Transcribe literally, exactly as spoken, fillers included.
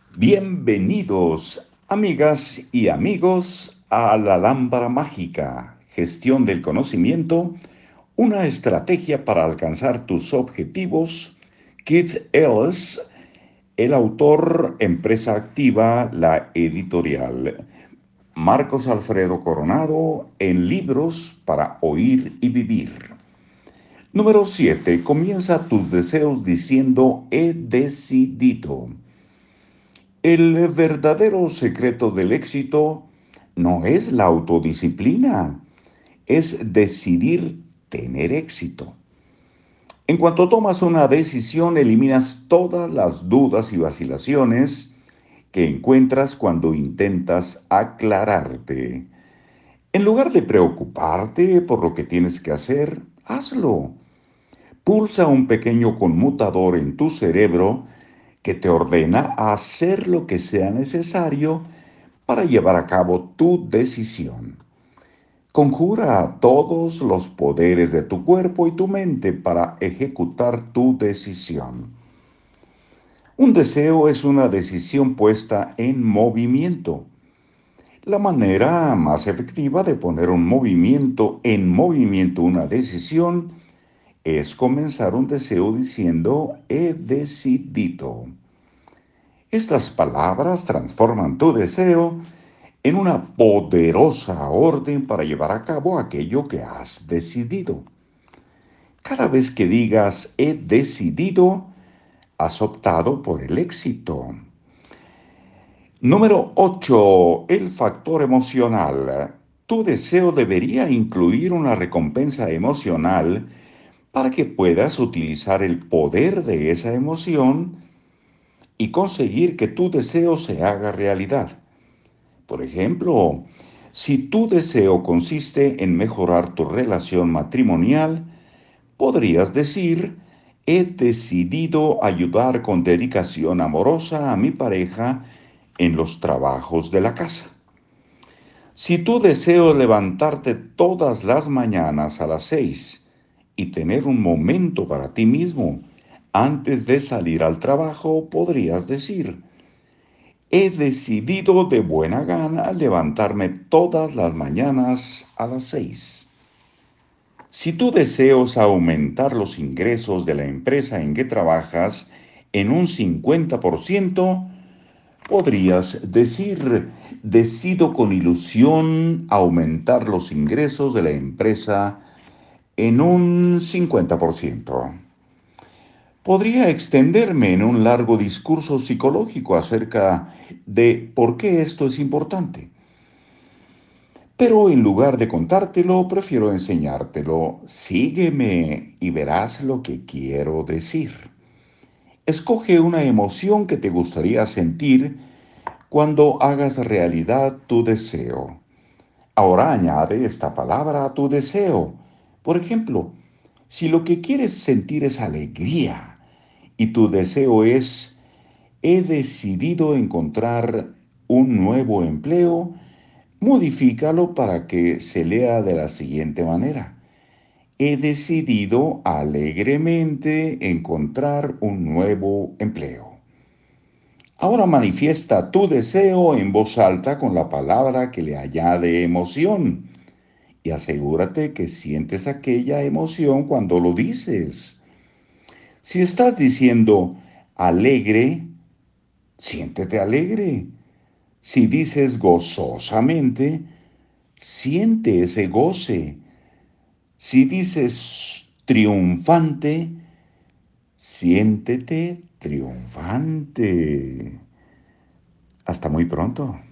Bienvenidos, amigas y amigos, a la Lámpara Mágica, gestión del conocimiento, una estrategia para alcanzar tus objetivos. Keith Ellis, el autor, Empresa Activa, la editorial. Marcos Alfredo Coronado, en Libros para Oír y Vivir. Número siete. Comienza tus deseos diciendo he decidido. El verdadero secreto del éxito no es la autodisciplina, es decidir tener éxito. En cuanto tomas una decisión, eliminas todas las dudas y vacilaciones que encuentras cuando intentas aclararte. En lugar de preocuparte por lo que tienes que hacer, hazlo. Pulsa un pequeño conmutador en tu cerebro que te ordena a hacer lo que sea necesario para llevar a cabo tu decisión. Conjura todos los poderes de tu cuerpo y tu mente para ejecutar tu decisión. Un deseo es una decisión puesta en movimiento. La manera más efectiva de poner un movimiento en movimiento una decisión es comenzar un deseo diciendo he decidido. Estas palabras transforman tu deseo en una poderosa orden para llevar a cabo aquello que has decidido. Cada vez que digas he decidido, has optado por el éxito. Número ocho. El factor emocional. Tu deseo debería incluir una recompensa emocional para que puedas utilizar el poder de esa emoción y conseguir que tu deseo se haga realidad. Por ejemplo, si tu deseo consiste en mejorar tu relación matrimonial, podrías decir, he decidido ayudar con dedicación amorosa a mi pareja en los trabajos de la casa. Si tu deseo es levantarte todas las mañanas a las seis y tener un momento para ti mismo antes de salir al trabajo, podrías decir, he decidido de buena gana levantarme todas las mañanas a las seis. Si tu deseo es aumentar los ingresos de la empresa en que trabajas en un cincuenta por ciento, podrías decir, decido con ilusión aumentar los ingresos de la empresa en un cincuenta por ciento. Podría extenderme en un largo discurso psicológico acerca de por qué esto es importante. Pero en lugar de contártelo, prefiero enseñártelo. Sígueme y verás lo que quiero decir. Escoge una emoción que te gustaría sentir cuando hagas realidad tu deseo. Ahora añade esta palabra a tu deseo. Por ejemplo, si lo que quieres sentir es alegría y tu deseo es, he decidido encontrar un nuevo empleo, modifícalo para que se lea de la siguiente manera. He decidido alegremente encontrar un nuevo empleo. Ahora manifiesta tu deseo en voz alta con la palabra que le añade emoción y asegúrate que sientes aquella emoción cuando lo dices. Si estás diciendo alegre, siéntete alegre. Si dices gozosamente, siente ese goce. Si dices triunfante, siéntete triunfante. Hasta muy pronto.